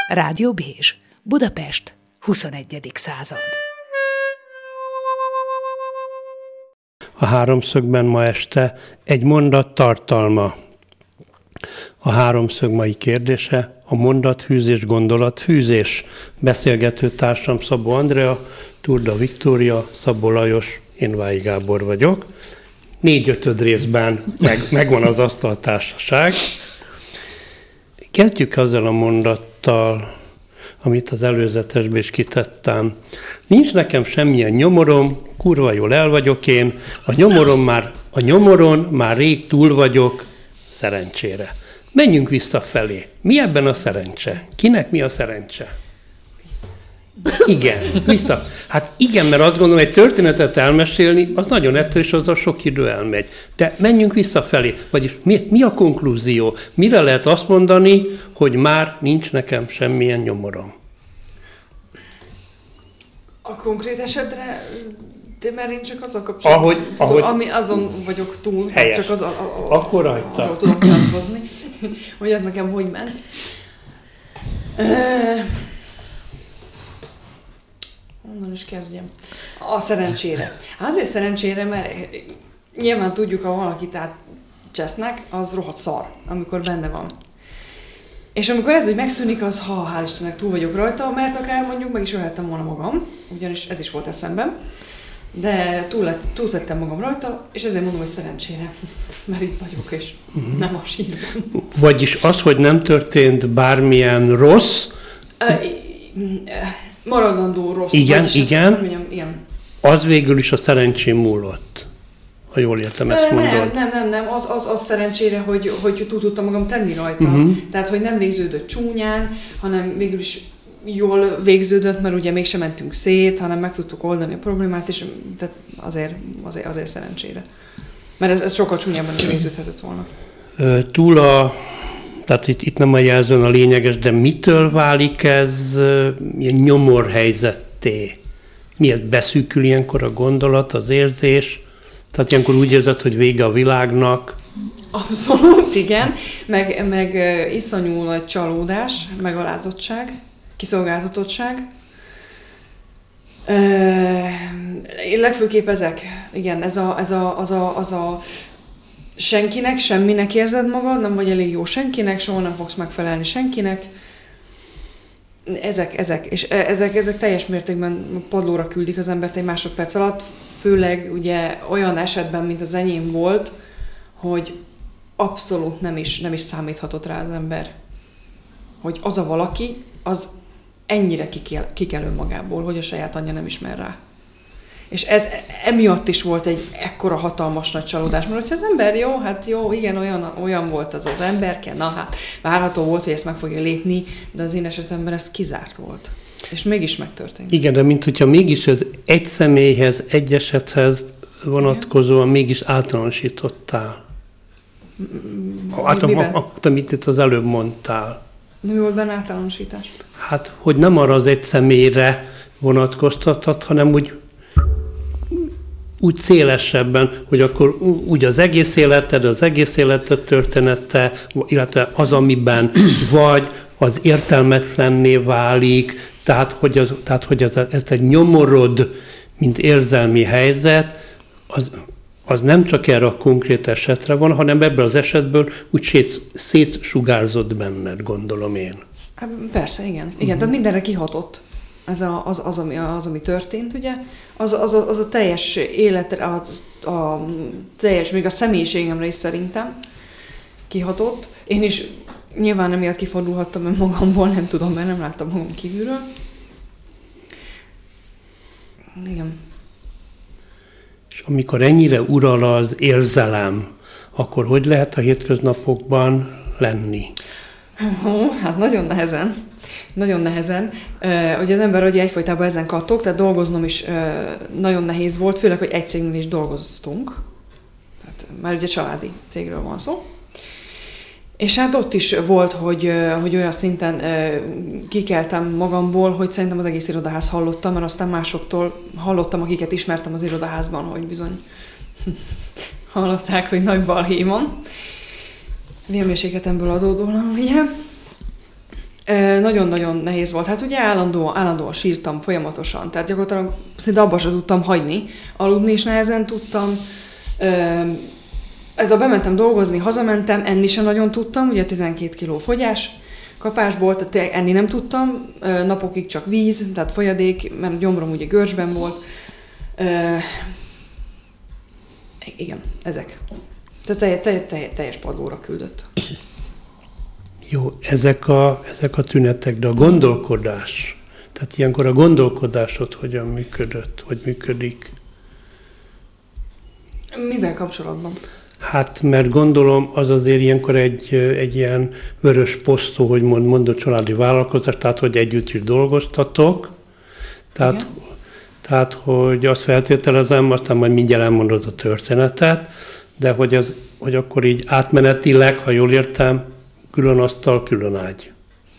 Rádió Bézs, Budapest, 21. század. A háromszögben ma este egy mondat tartalma. A háromszög mai kérdése a mondatfűzés, gondolatfűzés. Beszélgető társam Szabó Andrea, Turda Viktória, Szabó Lajos, én Vályi Gábor vagyok. 4/5 részben megvan az asztaltársaság. Kezdjük azzal a mondattal, amit az előzetesben is kitettem. Nincs nekem semmilyen nyomorom, kurva jól el vagyok én, a nyomoron már rég túl vagyok, szerencsére. Menjünk visszafelé. Mi ebben a szerencse? Kinek mi a szerencse? Igen, vissza. Hát igen, mert azt gondolom, egy történetet elmesélni, az nagyon egyszerű, és az a sok idő elmegy. De menjünk visszafelé. Vagyis mi a konklúzió? Mire lehet azt mondani, hogy már nincs nekem semmilyen nyomorom? A konkrét esetre, de mert én csak azzal kapcsolatban, ami azon vagyok túl, helyes. Csak az akkor rajta. Ahol tudok nyilatkozni, hogy ez nekem hogy ment. Onnan is kezdjem. A szerencsére. Azért szerencsére, mert nyilván tudjuk, ha valakit átcsesznek, az rohadt szar, amikor benne van. És amikor ez úgy megszűnik, az hál' Istennek túl vagyok rajta, mert akár mondjuk meg is ölhettem volna magam, ugyanis ez is volt eszemben, de túl tettem magam rajta, és ezért mondom, hogy szerencsére, mert itt vagyok, és nem a sírban. Vagyis az, hogy nem történt bármilyen rossz, maradandó rossz. Igen. Mondjam, igen. Az végül is a szerencsém múlott. Ha jól értem, ezt mondod. Nem. Az szerencsére, hogy túl tudtam magam tenni rajta. Tehát, hogy nem végződött csúnyán, hanem végül is jól végződött, mert ugye mégsem mentünk szét, hanem meg tudtuk oldani a problémát, és tehát azért szerencsére. Mert ez sokkal csúnyában is végződhetett volna. Tehát itt nem a jelzőn a lényeges, de mitől válik ez ilyen nyomorhelyzetté? Miért beszűkül ilyenkor a gondolat, az érzés? Tehát ilyenkor úgy érzed, hogy vége a világnak? Abszolút, igen. Meg iszonyú nagy csalódás, megalázottság, kiszolgáltatottság. Legfőképp ezek. Igen, ez a senkinek, semminek érzed magad, nem vagy elég jó senkinek, soha nem fogsz megfelelni senkinek. Ezek teljes mértékben padlóra küldik az embert egy másodperc alatt, főleg ugye olyan esetben, mint az enyém volt, hogy abszolút nem is számíthatott rá az ember, hogy az a valaki, az ennyire kikel önmagából, hogy a saját anyja nem ismer rá. És ez emiatt is volt egy ekkora hatalmas nagy csalódás, mert hogyha az ember jó, igen, olyan volt az emberke, na hát várható volt, hogy ezt meg fogja lépni, de az én esetemben ez kizárt volt. És mégis megtörtént. Igen, de mint hogyha mégis az egy személyhez, egy esethez vonatkozóan mégis általánosítottál. Amit itt az előbb mondtál. Nem volt benne általánosítás? Hát, hogy nem arra az egy személyre vonatkoztathat, hanem úgy szélesebben, hogy akkor úgy az egész életed története, illetve az, amiben vagy, az értelmetlenné válik, tehát hogy ez egy nyomorod, mint érzelmi helyzet, az nem csak erre a konkrét esetre van, hanem ebből az esetből úgy szétsugárzott benned, gondolom én. Persze, igen. Tehát mindenre kihatott. Ez ami történt, ugye, az a teljes életre, a teljes, még a személyiségemre is szerintem kihatott. Én is nyilván emiatt kifordulhattam magamból, nem tudom, mert nem láttam magam kívülről. Igen. És amikor ennyire ural az érzelem, akkor hogy lehet a hétköznapokban lenni? Hát nagyon nehezen. Nagyon nehezen. Ugye az ember ugye egyfolytában ezen kattog, tehát dolgoznom is nagyon nehéz volt, főleg, hogy egy cégnél is dolgoztunk. Tehát már ugye családi cégről van szó. És hát ott is volt, hogy olyan szinten kikeltem magamból, hogy szerintem az egész irodaház hallottam, mert aztán másoktól hallottam, akiket ismertem az irodaházban, hogy bizony hallották, hogy nagy balhé van. Vérmérsékletemből adódóan, ugye? Nagyon-nagyon nehéz volt. Hát ugye állandóan sírtam folyamatosan, tehát gyakorlatilag szinte abba sem tudtam hagyni. Aludni is nehezen tudtam. Ez a bementem dolgozni, hazamentem, enni sem nagyon tudtam, ugye 12 kiló fogyás kapásból, tehát enni nem tudtam, napokig csak víz, tehát folyadék, mert a gyomrom ugye görcsben volt. Igen, ezek. Tehát teljes padlóra küldött. Jó, ezek a tünetek, de a gondolkodás, tehát ilyenkor a gondolkodásod hogyan működött, hogy működik? Mivel kapcsolatban? Hát, mert gondolom, az azért ilyenkor egy ilyen vörös posztó, hogy mondod családi vállalkozás, tehát, hogy együtt is dolgoztatok. Tehát, hogy azt feltételezem, aztán majd mindjárt elmondod a történetet, de hogy akkor így átmenetileg, ha jól értem, külön asztal, külön ágy.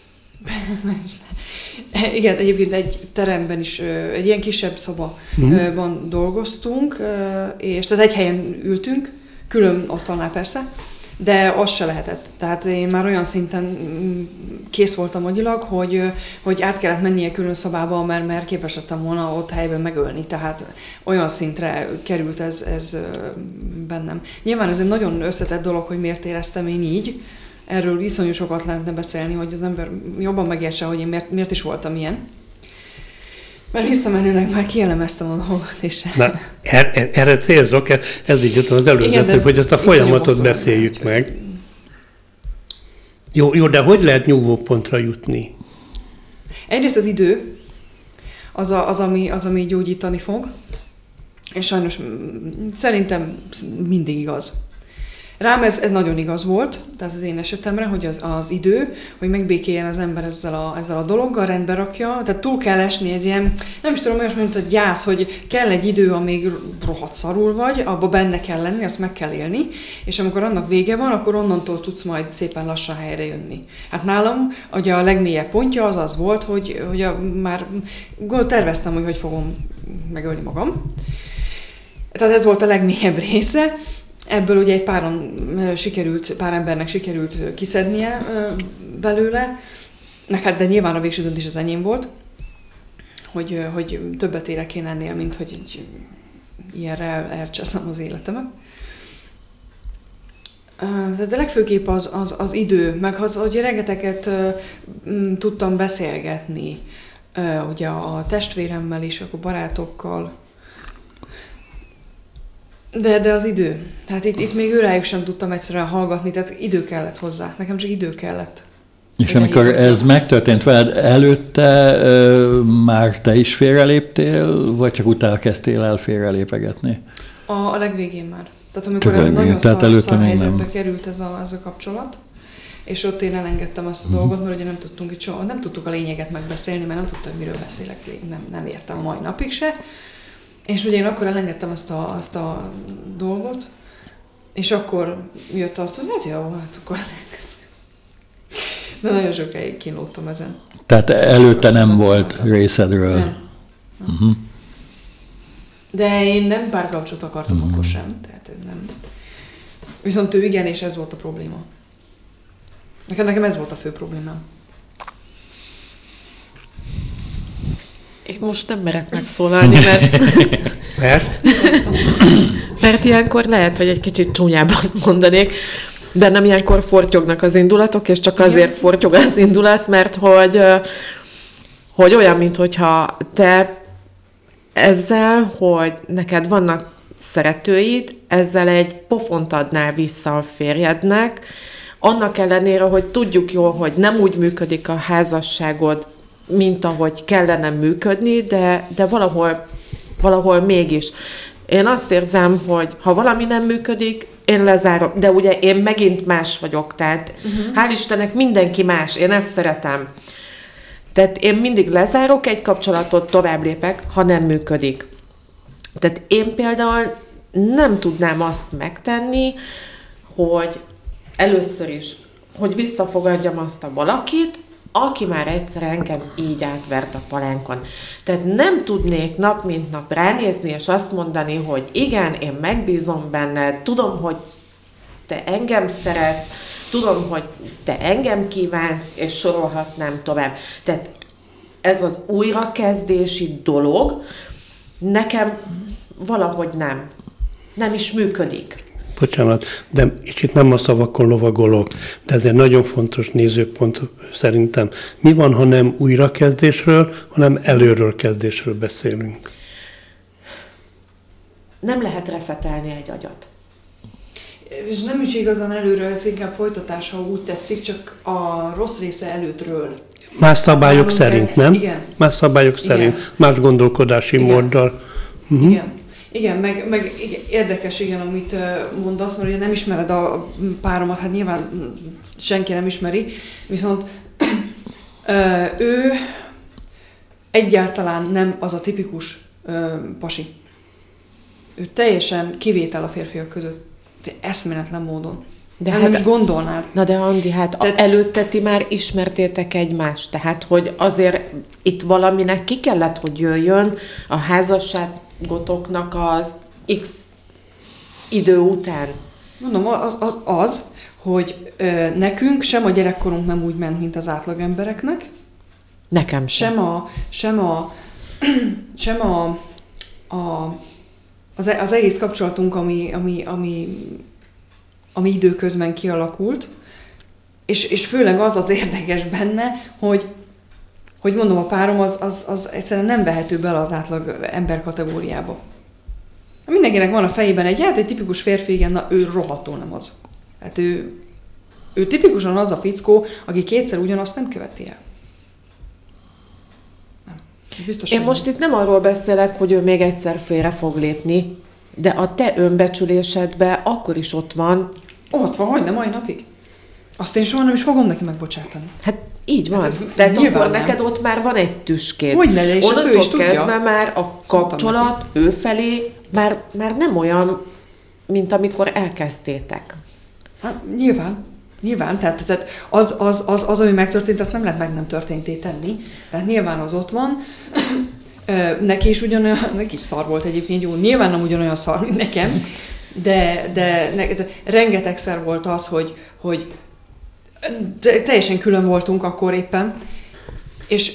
Igen, egyébként egy teremben is, egy ilyen kisebb szobában dolgoztunk, és tehát egy helyen ültünk, külön asztalnál persze, de az se lehetett. Tehát én már olyan szinten kész voltam agyilag, hogy át kellett mennie külön szobába, mert képes lettem volna ott helyben megölni. Tehát olyan szintre került ez bennem. Nyilván ez egy nagyon összetett dolog, hogy miért éreztem én így. Erről iszonyú sokat lehetne beszélni, hogy az ember jobban megértse, hogy én miért is voltam ilyen. Mert visszamenőleg már kielemeztem a dolgot, és... Na, erre célzok, ez így jutott az előzető, hogy ezt a folyamatot beszéljük meg. Jó, de hogy lehet nyugvópontra jutni? Egyrészt az idő, az, ami gyógyítani fog, és sajnos szerintem mindig igaz. Rám ez nagyon igaz volt, tehát az én esetemre, hogy az idő, hogy megbékéljen az ember ezzel a dologgal, rendbe rakja, tehát túl kell esni ez ilyen, nem is tudom, olyasmi, mint a gyász, hogy kell egy idő, amíg rohadt szarul vagy, abba benne kell lenni, azt meg kell élni, és amikor annak vége van, akkor onnantól tudsz majd szépen lassan helyre jönni. Hát nálam ugye a legmélyebb pontja az volt, hogy már terveztem, hogy fogom megölni magam. Tehát ez volt a legmélyebb része. Ebből ugye egy pár embernek sikerült kiszednie belőle, de nyilván a végső döntés az enyém volt, hogy többet érek én ennél, mint hogy így ilyenre elcseszem az életemet. Tehát a legfőképp az idő, meg az, hogy rengeteget tudtam beszélgetni, ugye a testvéremmel is, akkor barátokkal, de az idő. Tehát itt még őrájuk sem tudtam egyszerűen hallgatni, tehát idő kellett hozzá. Nekem csak idő kellett. És amikor ez megtörtént veled, előtte már te is félreléptél, vagy csak utána kezdtél el félrelépegetni? A legvégén már. Tehát amikor ez nagyon szar helyzetbe került ez a kapcsolat, és ott én elengedtem azt a dolgot, mert ugye nem tudtuk a lényeget megbeszélni, mert nem tudtam, miről beszélek, nem értem a mai napig se. És ugye én akkor elengedtem azt a dolgot, és akkor jött az, hogy hát jó, hát akkor elengedtem. De nagyon sokáig kínlódtam ezen. Tehát előtte nem volt részedről? Nem. Uh-huh. De én nem párkapcsot akartam akkor sem, tehát nem. Viszont ő igen, és ez volt a probléma. Nekem ez volt a fő problémám. Én most nem merek megszólalni, mert ilyenkor lehet, hogy egy kicsit csúnyában mondanék, de nem ilyenkor fortyognak az indulatok, és csak azért fortyog az indulat, mert hogy olyan, minthogyha te ezzel, hogy neked vannak szeretőid, ezzel egy pofont adnál vissza a férjednek, annak ellenére, hogy tudjuk jól, hogy nem úgy működik a házasságod, mint ahogy kellene működni, de valahol mégis. Én azt érzem, hogy ha valami nem működik, én lezárom, de ugye én megint más vagyok, tehát hál' Istennek mindenki más, én ezt szeretem. Tehát én mindig lezárok egy kapcsolatot, tovább lépek, ha nem működik. Tehát én például nem tudnám azt megtenni, hogy először is, hogy visszafogadjam azt a valakit, aki már egyszer engem így átvert a palánkon. Tehát nem tudnék nap mint nap ránézni, és azt mondani, hogy igen, én megbízom benned, tudom, hogy te engem szeretsz, tudom, hogy te engem kívánsz, és sorolhatnám tovább. Tehát ez az újrakezdési dolog nekem valahogy nem is működik. Bocsánat, de és itt nem a szavakon lovagolok, de ez egy nagyon fontos nézőpont szerintem. Mi van, ha nem újrakezdésről, hanem előről kezdésről beszélünk? Nem lehet reszetelni egy agyat. És nem is igazán előről, ez inkább folytatás, ha úgy tetszik, csak a rossz része előttről. Más szabályok szerint, nem? Igen. Más szabályok szerint, Igen. más gondolkodási móddal. Igen. Igen, meg igen, érdekes, igen, amit mondasz, mert ugye nem ismered a páromat, hát nyilván senki nem ismeri, viszont ő egyáltalán nem az a tipikus pasi. Ő teljesen kivétel a férfiak között, eszméletlen módon. De nem is gondolnád. Na de Andi, hát előtte ti már ismertétek egymást, tehát hogy azért itt valaminek ki kellett, hogy jöjjön a házasságotoknak az X idő után. Mondom, az hogy nekünk sem a gyerekkorunk nem úgy ment, mint az átlag embereknek. Nekem sem. Az egész kapcsolatunk, ami időközben kialakult, és főleg az érdekes benne, hogy mondom, a párom az egyszerűen nem vehető bele az átlag ember kategóriába. Mindenkinek van a fejében egy tipikus férfi, igen, na ő rohadtul nem az. Hát ő tipikusan az a fickó, aki kétszer ugyanazt nem követi el. Nem. Biztos, én most itt nem arról beszélek, hogy ő még egyszer félre fog lépni, de a te önbecsülésedben akkor is ott van. Ott van, hogy nem mai napig. Azt én soha nem is fogom neki megbocsátani. Hát így van. Hát tehát akkor neked ott már van egy tüskéd. Hogyne, és ezt ő is tudja. Kezdve már a kapcsolat ő felé már nem olyan, mint amikor elkezdtétek. Hát, nyilván. Tehát az, ami megtörtént, azt nem lehet meg nem történté tenni. Tehát nyilván az ott van. Neki is szar volt egyébként, jó, nyilván nem ugyanolyan szar, mint nekem, de rengetegszer volt az, hogy teljesen külön voltunk akkor éppen, és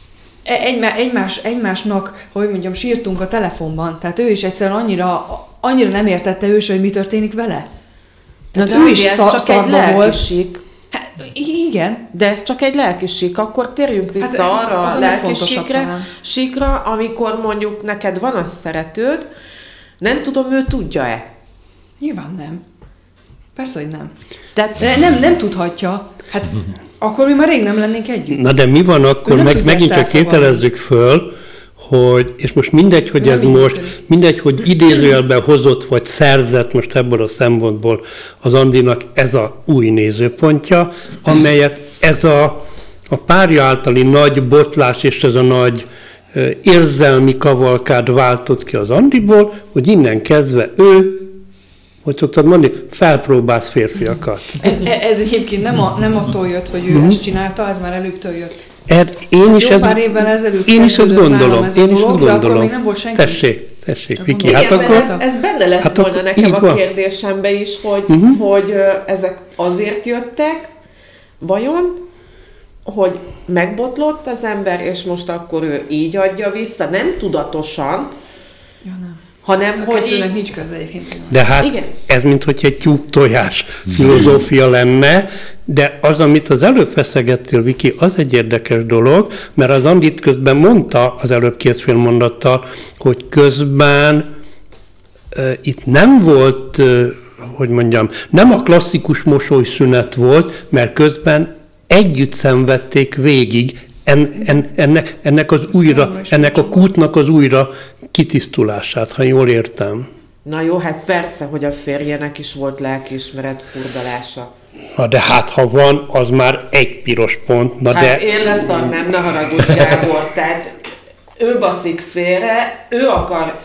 egymásnak, hogy mondjam, sírtunk a telefonban, tehát ő is egyszerűen annyira nem értette ő sem, hogy mi történik vele. Na de ő is csak egy lelkiség. Hát, igen. De ez csak egy lelkiség. Akkor térjünk vissza arra a lelkiségre, amikor mondjuk neked van az szeretőd, nem tudom, ő tudja-e? Nyilván nem. Persze, hogy nem. Tehát nem tudhatja. Hát akkor mi már rég nem lennénk együtt. Na de mi van akkor, megint csak tételezzük föl, hogy, és most mindegy, hogy ez mindegy, hogy idézőjelben hozott vagy szerzett most ebből a szempontból az Andinak ez a új nézőpontja, amelyet ez a párja általi nagy botlás és ez a nagy érzelmi kavalkád váltott ki az Andiból, hogy innen kezdve ő, hogy szoktad mondani, felpróbálsz férfiakat. Ez egyébként nem attól jött, hogy ő ezt csinálta, ez már előbbtől jött. Pár évvel ezelőtt én is úgy gondolom. De akkor még nem volt senki. Tessék, Viki, hát akkor... Ez benne lett volna nekem a kérdésembe is, hogy ezek azért jöttek, vajon, hogy megbotlott az ember, és most akkor ő így adja vissza, nem tudatosan, hanem a hogy így... nincs köze egyébként. De hát igen. Ez minthogy egy tyúk-tojás filozófia lenne, de az, amit az előbb feszegettél, Viki, az egy érdekes dolog, mert az Andit közben mondta az előbb két fél mondattal, hogy közben itt nem volt, hogy mondjam, nem a klasszikus mosolyszünet volt, mert közben együtt szenvedték végig ennek a kútnak az újra kitisztulását, ha jól értem. Na jó, hát persze, hogy a férjenek is volt lelkiismeret furdalása. Na de hát, ha van, az már egy piros pont. Na hát de... én leszarnám, ne haragudj, Gábor, tehát ő baszik félre, ő akar...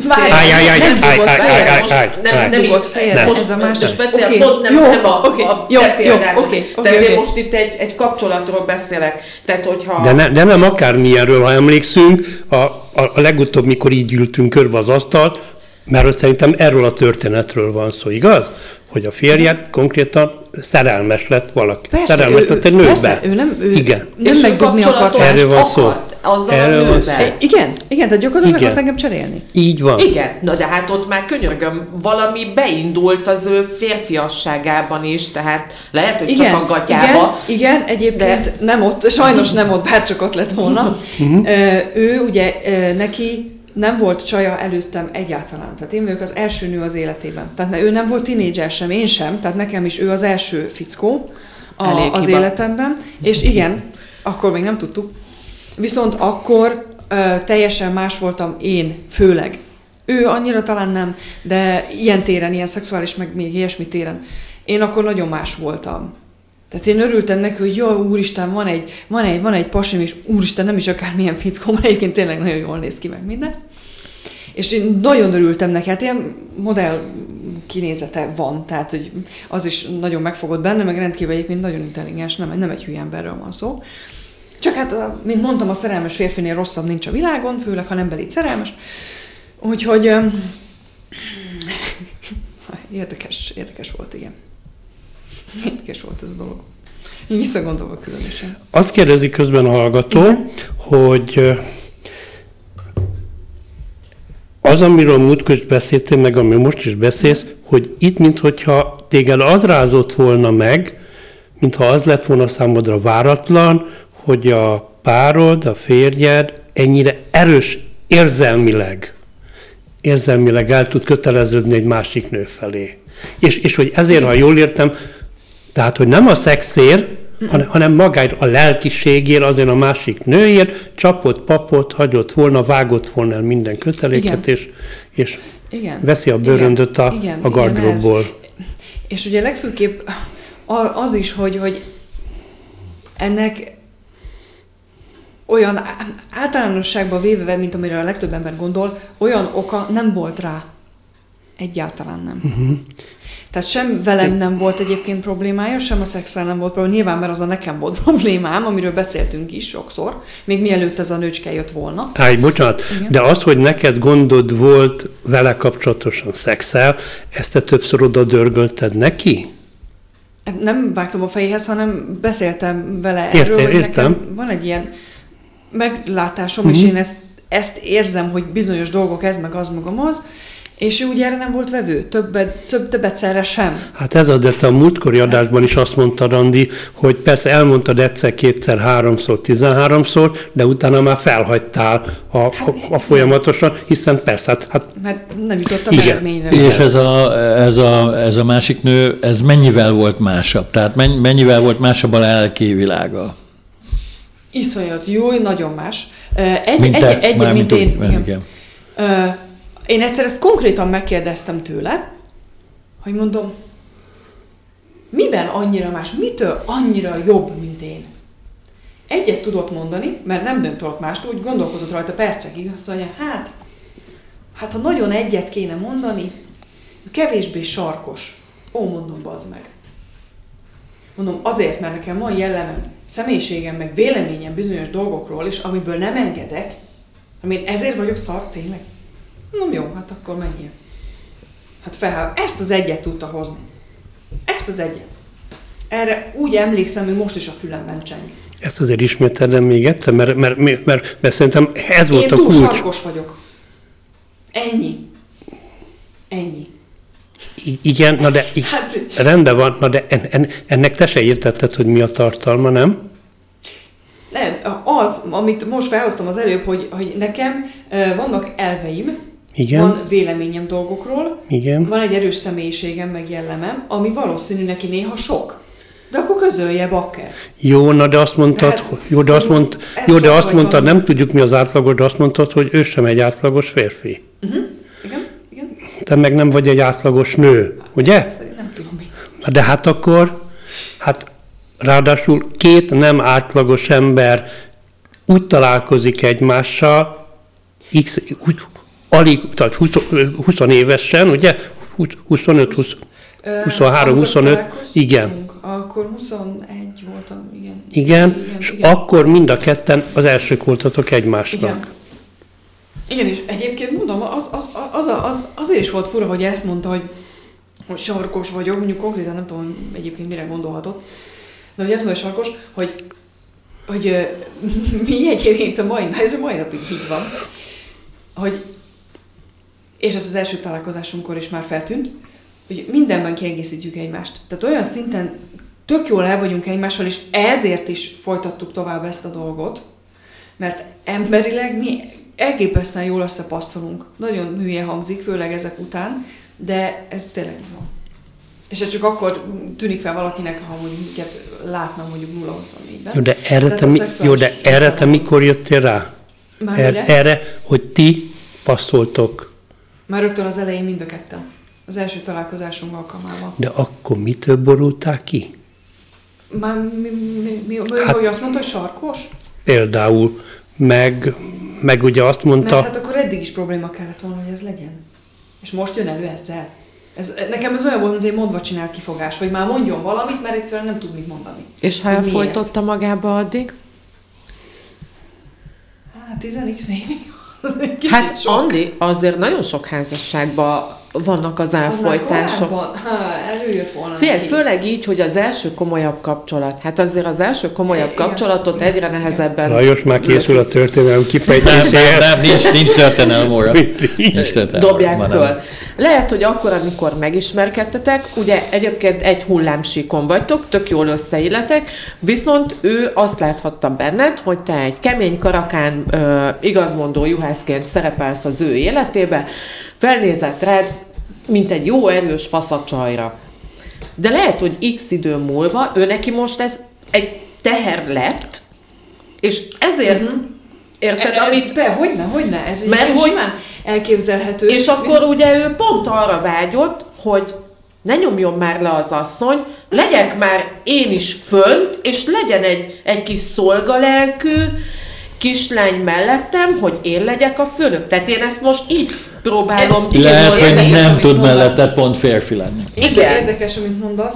Nem dugott félre, ez a másik. Speciál pont nem a te példát. Tehát én most itt egy kapcsolatról beszélek. Tehát, hogyha... De nem akármilyenről, ha emlékszünk, a legutóbb, mikor így ültünk körbe az asztalt, mert szerintem erről a történetről van szó, igaz? Hogy a férjed konkrétan szerelmes lett valaki. Persze, Szerelmes lett egy nőbe. Persze, ő Igen. nem megdobni akart. Erről van szó. Azzal Erről a van nővel. Igen, tehát gyakorlatilag Igen. akart engem cserélni. Így van. Igen, na de hát ott már könyörgöm, valami beindult az ő férfiasságában is, tehát lehet, hogy csak a gatyába. Igen, egyébként nem ott, sajnos nem ott, bár csak ott lett volna. Ő ugye neki nem volt csaja előttem egyáltalán. Tehát én vagyok az első nő az életében. Tehát ő nem volt tínédzser sem, én sem, tehát nekem is ő az első fickó az életemben. És igen, akkor még nem tudtuk. Viszont akkor teljesen más voltam én, főleg. Ő annyira talán nem, de ilyen téren, ilyen szexuális, meg még ilyesmi téren. Én akkor nagyon más voltam. Tehát én örültem neki, hogy jó, úristen, van egy pasim, és úristen, nem is akármilyen fickó, mert egyébként tényleg nagyon jól néz ki meg minden. És én nagyon örültem neki, hát ilyen modell kinézete van, tehát hogy az is nagyon megfogott benne, meg rendkívül egyébként nagyon intelligens, nem egy hülye emberről van szó. Csak hát, mint mondtam, a szerelmes férfinél rosszabb nincs a világon, főleg, ha nem belét szerelmes. Úgyhogy érdekes volt, igen. Érdekes volt ez a dolog. Én visszagondolva különösen. Azt kérdezi közben a hallgató, igen, hogy az, amiről múltkor is beszéltél, meg amiről most is beszélsz, hogy itt, minthogyha téged az rázott volna meg, mintha az lett volna számodra váratlan, hogy a párod, a férjed ennyire erős érzelmileg el tud köteleződni egy másik nő felé. És hogy ezért, ha jól értem, tehát, hogy nem a szexért, hanem magáért, a lelkiségért, azért a másik nőért csapott, papot, hagyott volna, vágott volna el minden köteléket, és veszi a bőröndöt a gardróbból. És ugye legfőképp az is, hogy ennek olyan általánosságban véve, mint amire a legtöbb ember gondol, olyan oka nem volt rá. Egyáltalán nem. Tehát sem velem nem volt egyébként problémája, sem a szexel nem volt problémája. Nyilván, mert az a nekem volt problémám, amiről beszéltünk is sokszor, még mielőtt ez a nőcske jött volna. Bocsánat, igen. De az, hogy neked gondod volt vele kapcsolatosan szexel, ezt te többször oda dörgölted neki? Nem vágtam a fejéhez, hanem beszéltem vele erről, hogy nekem van egy ilyen meglátásom, és én ezt érzem, hogy bizonyos dolgok ez, meg az, meg az, és ő ugye erre nem volt vevő, több egyszerre sem. Hát ez de te a múltkori adásban is azt mondtad, Andi, hogy persze elmondtad egyszer, kétszer, háromszor, 13-szor, de utána már felhagytál a folyamatosan, hiszen persze, hát mert nem jutottam eredményre. És ez a másik nő, ez mennyivel volt másabb? Tehát mennyivel volt másabb a lelki világa? Iszonyat jó, nagyon más. Mint én. Én egyszer ezt konkrétan megkérdeztem tőle, hogy mondom, miben annyira más, mitől annyira jobb, mint én? Egyet tudott mondani, mert nem döntött mást, úgy gondolkozott rajta percekig, azt mondja, hát ha nagyon egyet kéne mondani, kevésbé sarkos. Mondom, bazd meg. Mondom, azért, mert nekem van jellemem, személyiségem, meg véleményem bizonyos dolgokról, és amiből nem engedek, én ezért vagyok szar, tényleg. Mondom, jó, hát akkor menjél. Hát ezt az egyet tudta hozni. Ezt az egyet. Erre úgy emlékszem, hogy most is a fülemben cseng. Ezt azért ismételem még egyszer, mert szerintem ez volt a kulcs. Én túl sarkos vagyok. Ennyi. Igen, na de rendben van, na de ennek te se értetted, hogy mi a tartalma, nem? Nem, az, amit most felhoztam az előbb, hogy nekem vannak elveim, igen. Van véleményem dolgokról, igen. Van egy erős személyiségem, meg jellemem, ami valószínű neki néha sok. De akkor közölje, bakker. Jó, na de azt mondtad, azt mondtad, nem tudjuk mi az átlagos, de azt mondtad, hogy ő sem egy átlagos férfi. Igen. Te meg nem vagy egy átlagos nő, ugye? Nem tudom mit. Na de hát akkor, ráadásul két nem átlagos ember úgy találkozik egymással, tehát 20 évesen, ugye? 25, 23, 25, igen. Akkor 21 voltam, igen. Igen, és akkor mind a ketten az elsők voltatok egymásnak. Igen, és egyébként mondom, azért is volt fura, hogy ezt mondta, hogy hogy sarkos vagyok, mondjuk konkrétan nem tudom egyébként mire gondolhatott, de hogy azt mondja sarkos, hogy mi egyébként a mai napig így van, hogy, és ez az első találkozásunkkor is már feltűnt, hogy mindenben kiegészítjük egymást. Tehát olyan szinten tök jól el vagyunk egymással, és ezért is folytattuk tovább ezt a dolgot, mert emberileg mi elképesztően jól összepasszolunk. Nagyon hülye hangzik, főleg ezek után, de ez tényleg így van. És ez csak akkor tűnik fel valakinek, ha mondjuk minket látna mondjuk 0-24-ben. Jó, de erre te mikor jöttél rá? Erre, hogy ti passzoltok. Már rögtön az elején mind a ketten. Az első találkozásunk alkalmával. De akkor mitől borultál ki? Már hogy azt mondta, hogy sarkos? Például, meg ugye azt mondta... Mert hát akkor eddig is probléma kellett volna, hogy ez legyen. És most jön elő ezzel. Nekem ez olyan volt, mint egy mondva csinált kifogás, hogy már mondjon valamit, mert egyszerűen nem tud mit mondani. És ha elfojtotta magába addig? Hát 10x évig. Hát Andi, azért nagyon sok házasságban vannak az elfojtások. Előjött volna. Figyelj, főleg így, hogy az első komolyabb kapcsolat. Hát azért az első komolyabb kapcsolatot egyre nehezebben... Lajos már készül a történelem kifejtéséhez. Nem, nincs történelem óra. Dobják föl. Lehet, hogy akkor, amikor megismerkedtetek, ugye egyébként egy hullámsíkon vagytok, tök jól összeilletek, viszont ő azt láthatta benned, hogy te egy kemény karakán, igazmondó juhászként szerepelsz az ő életébe, felnézett rád, mint egy jó erős faszacsajra. De lehet, hogy x idő múlva ő neki most ez egy teher lett, és ezért érted, amit... Hogyne, ez egy simán elképzelhető. És akkor ugye ő pont arra vágyott, hogy ne nyomjon már le az asszony, legyek már én is fönt, és legyen egy kis szolgalelkű kislány mellettem, hogy én legyek a főnök. Tehát én ezt most így próbálom lehet, hogy nem tud melletted pont férfi lenni. Igen. Érdekes, amit mondasz,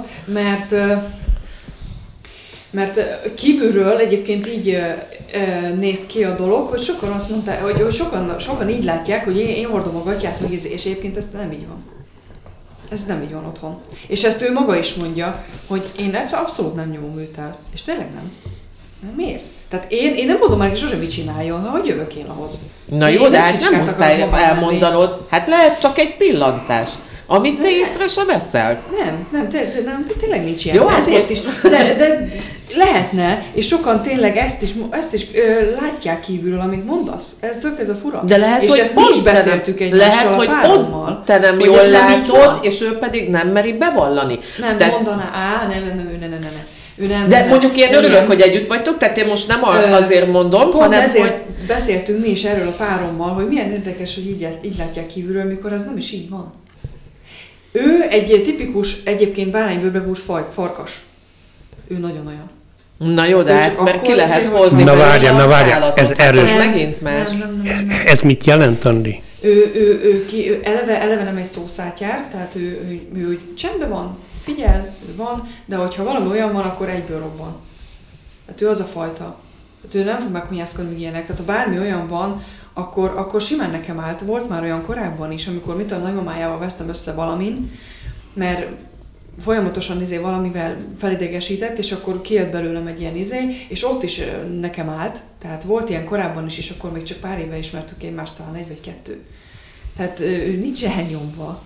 mert kívülről egyébként így néz ki a dolog, hogy sokan azt mondták, hogy sokan így látják, hogy én hordom a gatyát, meg és egyébként ez nem így van. Ez nem így van otthon. És ezt ő maga is mondja, hogy én abszolút nem nyomom őt el. És tényleg nem. Miért? Tehát én nem mondom már, hogy sosem mit csináljon, ha hogy jövök én ahhoz. Na jó, de hát nem muszáj elmondanod. Hát lehet csak egy pillantás. Amit te észre se veszel? Nem, tényleg nincs ilyen. Jó, ezért is. De lehetne, és sokan tényleg ezt is látják kívülről, amit mondasz. Ez a fura. De lehet, és hogy ezt mi is beszéltük egymással a párommal. Pont te nem jól látod, és ő pedig nem meri bevallani. Nem mondaná, nem. De mondjuk én örülök, hogy együtt vagytok, tehát én most nem azért mondom, pont hanem ezért hogy... beszéltünk mi is erről a párommal, hogy milyen érdekes, hogy így látják kívülről, mikor ez nem is így van. Ő egy tipikus, egyébként báránybőrbe búrt farkas. Ő nagyon olyan. Na jó, de hát, mert ki lehet hozni. Na várja, ez erős. Megint más. Nem. Ez mit jelent, Andi? Ő eleve nem egy szószátjár, tehát ő csendben van, figyel, ő van, de hogyha valami olyan van, akkor egyből robban. Tehát ő az a fajta. Tehát ő nem fog meghunyászkodni ilyenek. Tehát ha bármi olyan van, akkor simán nekem állt. Volt már olyan korábban is, amikor a nagymamájával vesztem össze valamin, mert folyamatosan valamivel felidegesített, és akkor kijött belőlem egy ilyen és ott is nekem állt. Tehát volt ilyen korábban is, és akkor még csak pár éve ismertük egymást, talán 1 vagy 2. Tehát ő nincs elnyomva.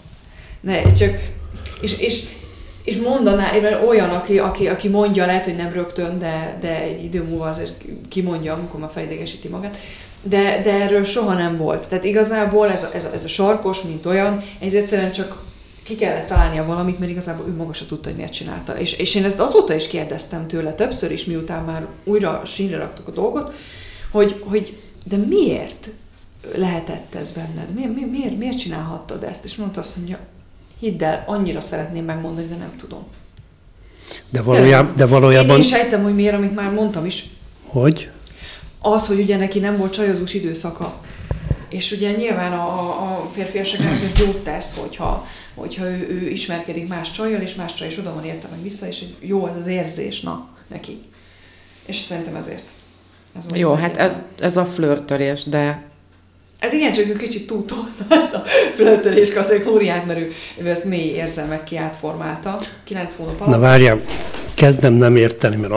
És mondaná, olyan, aki mondja, lehet, hogy nem rögtön, de egy idő múlva azért kimondja, amikor már felidegesíti magát, de erről soha nem volt. Tehát igazából ez a sarkos, mint olyan, ez egyszerűen csak ki kellett találnia valamit, mert igazából ő maga se tudta, hogy miért csinálta. És én ezt azóta is kérdeztem tőle többször is, miután már újra sínre raktuk a dolgot, hogy de miért lehetett ez benned? Miért csinálhattad ezt? És mondta azt, hogy hidd el, annyira szeretném megmondani, de nem tudom. De valójában... Én sejtem, hogy miért, amit már mondtam is. Hogy? Az, hogy ugye neki nem volt csajozós időszaka. És ugye nyilván a férfiaságnak ez jót tesz, hogyha ő ismerkedik más csajjal, és más csaj is oda van érte meg vissza, és jó ez az érzés, neki. És szerintem ezért. Jó, hát ez a flörtölés, de... Hát igen, csak ő kicsit túltolta ezt a föltörés kategóriát, mert ő ezt mély érzelmekké átformálta 9 hónap alatt. Na várjál, kezdem nem érteni, mert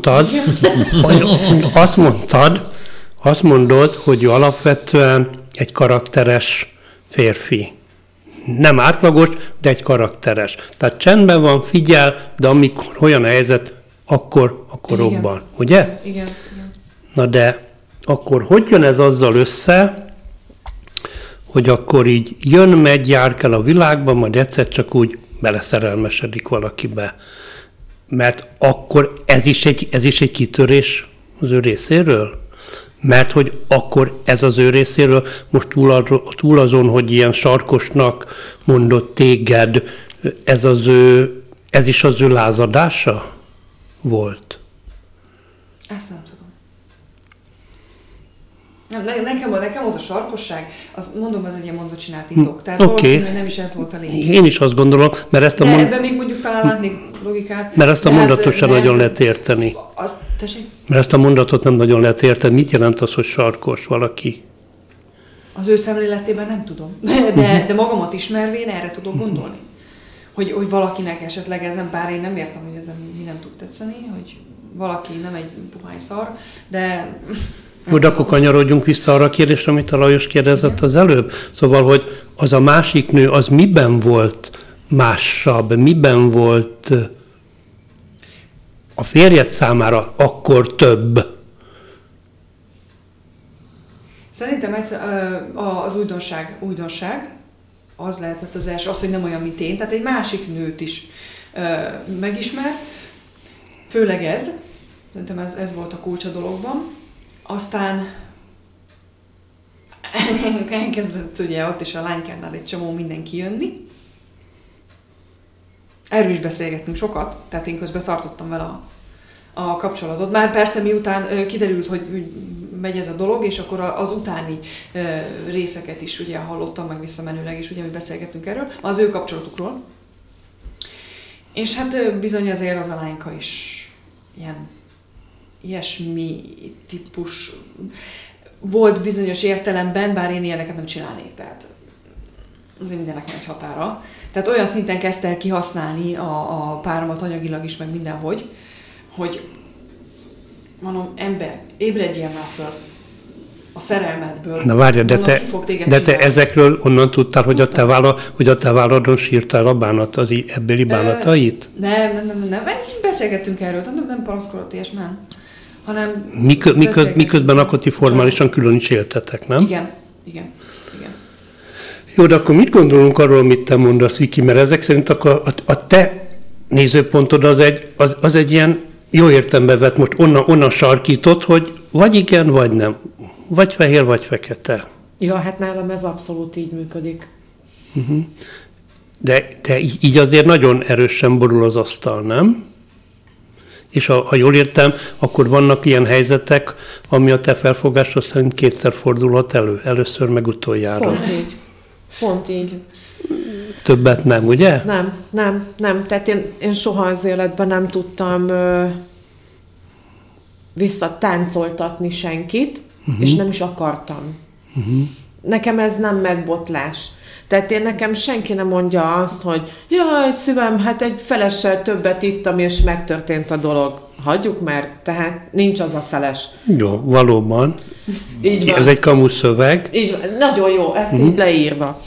azt mondod, hogy ő alapvetően egy karakteres férfi. Nem átlagos, de egy karakteres. Tehát csendben van, figyel, de amikor olyan a helyzet, akkor robban. Ugye? Igen. Na de akkor hogy jön ez azzal össze, hogy akkor így jön, megy, járkál a világban, majd egyszer csak úgy beleszerelmesedik valakibe. Mert akkor ez is egy kitörés az ő részéről? Mert hogy akkor ez az ő részéről most túl azon, hogy ilyen sarkosnak mondott téged, ez is az ő lázadása volt? Ezt nem tudom. Nekem az a sarkosság, mondom, ez egy ilyen mondva csinált titok. Tehát valószínűleg nem is ez volt a lényeg. Én is azt gondolom, mert ezt ebben még mondjuk talán látnék logikát. Mert ezt a mondatot sem nagyon lehet érteni. Mert ezt a mondatot nem nagyon lehet érteni. Mit jelent az, hogy sarkos valaki? Az ő szemléletében nem tudom. De magamat ismervén erre tudok gondolni. Hogy valakinek esetleg ez nem, bár én nem értem, hogy ez mi nem tud tetszeni, hogy valaki nem egy puhány szar, de... Jó, de akkor kanyarodjunk vissza arra a kérdésre, amit a Lajos kérdezett az előbb. Szóval, hogy az a másik nő, az miben volt másabb, miben volt a férjed számára akkor több? Szerintem az újdonság az lehetett az első, az, hogy nem olyan, mint én. Tehát egy másik nőt is megismer, főleg ez. Szerintem ez volt a kulcs a dologban. Aztán elkezdett ugye ott is a lánykárnál egy csomó mindenki jönni. Erről is beszélgettünk sokat, tehát én közben tartottam vele a kapcsolatot. Már persze miután kiderült, hogy megy ez a dolog, és akkor az utáni részeket is ugye hallottam meg visszamenőleg, és ugye mi beszélgettünk erről, az ő kapcsolatukról. És hát bizony azért az a lányka is ilyen ilyesmi típus volt bizonyos értelemben, bár én ilyeneket nem csinálnék, tehát azért mindennek van egy határa. Tehát olyan szinten kezdte el kihasználni a páromat anyagilag is, meg mindenhogy, hogy mondom, ember, ébredjél már föl a szerelmedből. Na várja, de te ezekről onnan tudtál, hogy a te vállaladon sírtál a bánat, az ebbéli bánatait? Nem, beszélgettünk erről, nem panaszkodott ilyes, nem. Hanem miközben akkor ti formálisan külön is éltetek, nem? Igen. Jó, de akkor mit gondolunk arról, amit te mondasz, Viki? Mert ezek szerint a te nézőpontod az egy ilyen jó értelembe vett, most onnan sarkított, hogy vagy igen, vagy nem. Vagy fehér, vagy fekete. Ja, hát nálam ez abszolút így működik. Uh-huh. De így azért nagyon erősen borul az asztal, nem? És ha jól értem, akkor vannak ilyen helyzetek, ami a te felfogásod szerint kétszer fordulhat elő. Először, meg utoljára. Pont így. Többet nem, ugye? Nem. Tehát én soha az életben nem tudtam visszatáncoltatni senkit, és nem is akartam. Nekem ez nem megbotlás. Tehát nekem senki nem mondja azt, hogy jaj, szívem, hát egy felessel többet ittam, és megtörtént a dolog. Hagyjuk már, tehát nincs az a feles. Jó, valóban. Így van. Ez egy kamu szöveg. Így van. Nagyon jó, ezt így leírva.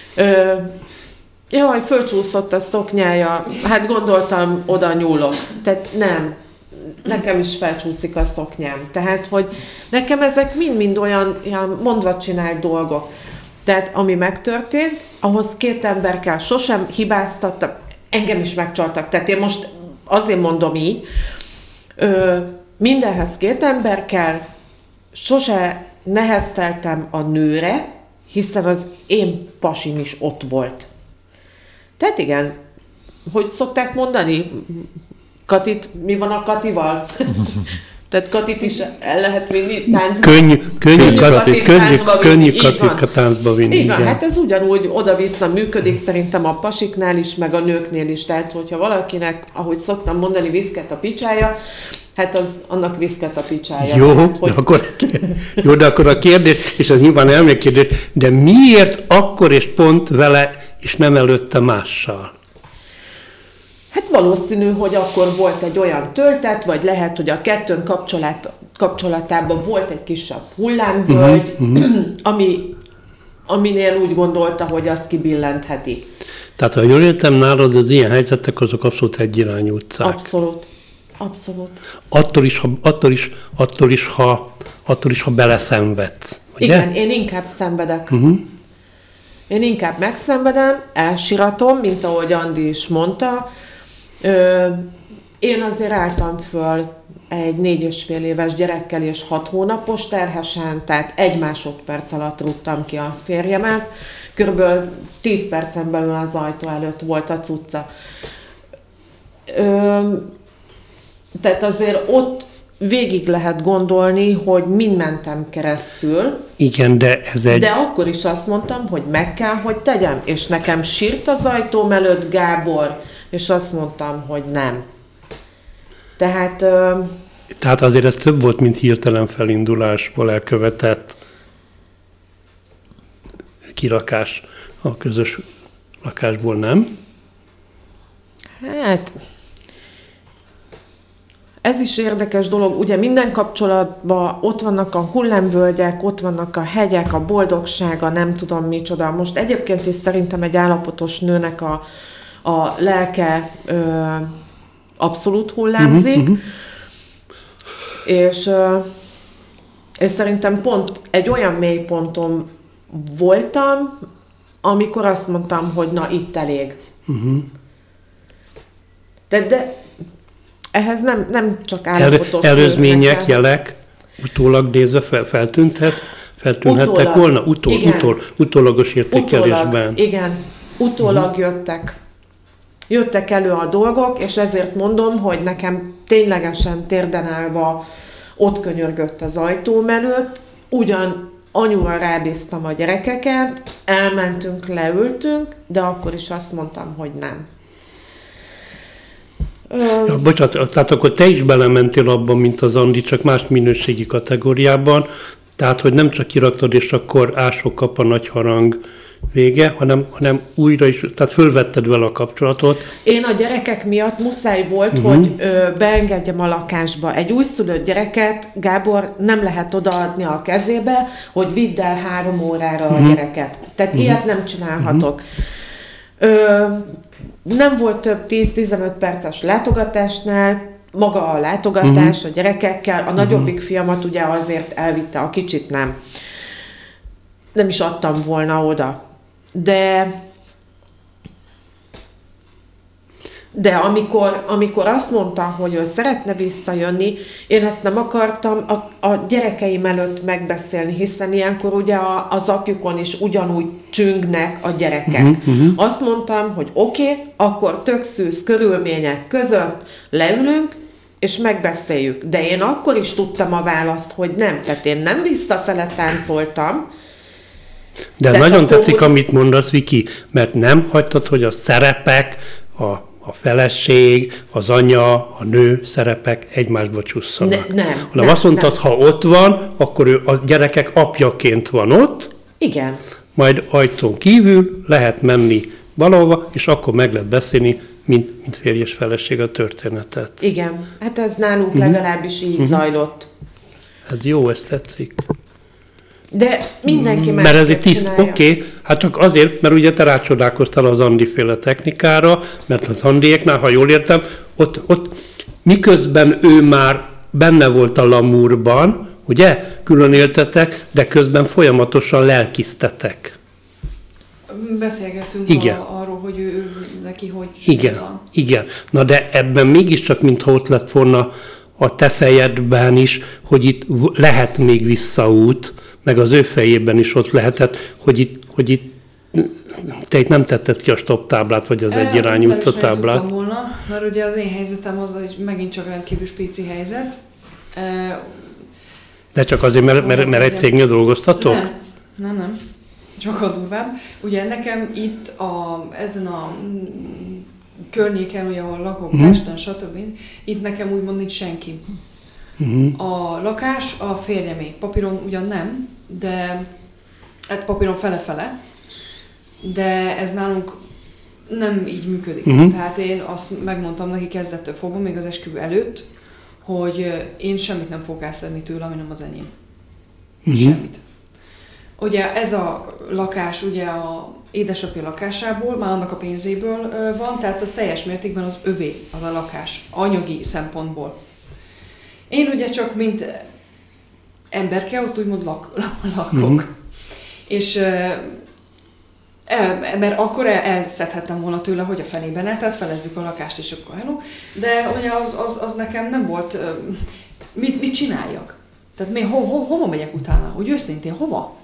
Jaj, fölcsúszott a szoknyája, hát gondoltam, oda nyúlok. Tehát nem. Nekem is felcsúszik a szoknyám. Tehát, hogy nekem ezek mind-mind olyan mondva csinált dolgok. Tehát, ami megtörtént, ahhoz két ember kell, sosem hibáztattak, engem is megcsaltak. Tehát én most azért mondom így, mindenhez két ember kell, sose nehezteltem a nőre, hiszen az én pasim is ott volt. Tehát igen, hogy szokták mondani, Katit, mi van a Katival? Tehát Katit is el lehet vinni táncba. Könnyű Katit táncba vinni. Így van, hát ez ugyanúgy oda-vissza működik szerintem a pasiknál is, meg a nőknél is. Tehát, hogyha valakinek, ahogy szoktam mondani, viszket a picsája, hát az annak viszket a picsája. Jó, hát, hogy... de akkor a kérdés, és ez nyilván elmélykérdés, de miért akkor és pont vele, és nem előtte mással? Hát valószínű, hogy akkor volt egy olyan töltet, vagy lehet, hogy a kettőn kapcsolatában volt egy kisebb hullámvölgy, aminél úgy gondolta, hogy azt kibillentheti. Tehát, ha jól értem, nálad az ilyen helyzetek azok abszolút egyirányú utcák. Abszolút. Attól is, ha beleszenvedsz. Ugye? Igen, én inkább szenvedek. Én inkább megszenvedem, elsiratom, mint ahogy Andi is mondta. Én azért álltam föl egy 4,5 éves gyerekkel és 6 hónapos terhesen, tehát 1 másodperc alatt rúgtam ki a férjemet. Körülbelül 10 percen belül az ajtó előtt volt a cucca. Tehát azért ott végig lehet gondolni, hogy mind mentem keresztül. Igen, de ez egy... De akkor is azt mondtam, hogy meg kell, hogy tegyem. És nekem sírt az ajtóm előtt Gábor, és azt mondtam, hogy nem. Tehát azért ez több volt, mint hirtelen felindulásból elkövetett kirakás a közös lakásból, nem? Hát... Ez is érdekes dolog, ugye minden kapcsolatban ott vannak a hullámvölgyek, ott vannak a hegyek, a boldogsága, nem tudom micsoda. Most egyébként is szerintem egy állapotos nőnek a lelke abszolút hullámzik, és szerintem pont egy olyan mélyponton voltam, amikor azt mondtam, hogy na itt elég. De ehhez nem csak állapotos előzmények, jelek utólag nézve feltűnhettek volna? Utólagos értékelésben. Utólag jöttek elő a dolgok, és ezért mondom, hogy nekem ténylegesen térden állva ott könyörgött az ajtóm előtt, ugyan anyúra rábíztam a gyerekeket, elmentünk, leültünk, de akkor is azt mondtam, hogy nem. Ja, bocsánat, tehát akkor te is belementél abban, mint az Andi, csak más minőségi kategóriában, tehát, hogy nem csak kiraktad, és akkor ások kap a nagy harang vége, hanem újra is, tehát fölvetted vele a kapcsolatot. Én a gyerekek miatt muszáj volt, hogy beengedjem a lakásba. Egy újszülött gyereket, Gábor, nem lehet odaadni a kezébe, hogy vidd el 3 órára a gyereket. Tehát ilyet nem csinálhatok. Nem volt több 10-15 perces látogatásnál, maga a látogatás a gyerekekkel, a nagyobbik fiamat ugye azért elvitte, a kicsit nem. Nem is adtam volna oda. De amikor azt mondta, hogy ő szeretne visszajönni, én ezt nem akartam a gyerekeim előtt megbeszélni, hiszen ilyenkor ugye az apjukon is ugyanúgy csüngnek a gyerekek. Azt mondtam, hogy oké, akkor tök szűz körülmények között leülünk, és megbeszéljük. De én akkor is tudtam a választ, hogy nem. Tehát én nem visszafele táncoltam. De nagyon tetszik, amit mondasz, Viki, mert nem hagytad, hogy a szerepek, a feleség, az anya, a nő szerepek egymásba csusszanak. Nem. Azt mondtad, ha ott van, akkor ő a gyerekek apjaként van ott. Igen. Majd ajtón kívül lehet menni valahova, és akkor meg lehet beszélni, mint férj és feleség a történetet. Igen. Hát ez nálunk legalábbis így zajlott. Ez jó, ez tetszik. De mindenki mert ez egy oké, hát csak azért, mert ugye te rácsodálkoztál az Andi-féle technikára, mert az Andiéknál, ha jól értem, ott miközben ő már benne volt a lamúrban, ugye, külön éltetek, de közben folyamatosan lelkisztetek. Beszélgetünk arról, hogy ő neki hogy van. Igen. Na de ebben mégiscsak, mintha ott lett volna a te fejedben is, hogy itt lehet még visszaút, meg az ő fejében is ott lehetett, hogy itt te itt nem tetted ki a stop táblát, vagy az egyirányú utca táblát. Nem volna, mert ugye az én helyzetem az, hogy megint csak rendkívül spéci helyzet. De csak azért, mert egy cégnél dolgoztatok? Nem. Sokkal durvább. Ugye nekem itt ezen a környéken, ugye, ahol lakok, Pesten, stb. Itt nekem úgymond nincs senki. A lakás a férjemé. Papíron ugyan nem, de hát papíron fele-fele, de ez nálunk nem így működik. Tehát én azt megmondtam neki kezdettől fogva, még az esküvő előtt, hogy én semmit nem fogok elszedni tőle, ami nem az enyém. Semmit. Ugye ez a lakás ugye a édesapja lakásából, már annak a pénzéből van, tehát az teljes mértékben az övé, az a lakás, anyagi szempontból. Én ugye csak mint emberke ott úgymond lakok. És mert akkor elszedhettem volna tőle, hogy a fenében el, tehát felezzük a lakást, és akkor hello. De ugye az nekem nem volt, mit csináljak? Tehát hova megyek utána? Úgy őszintén, hova?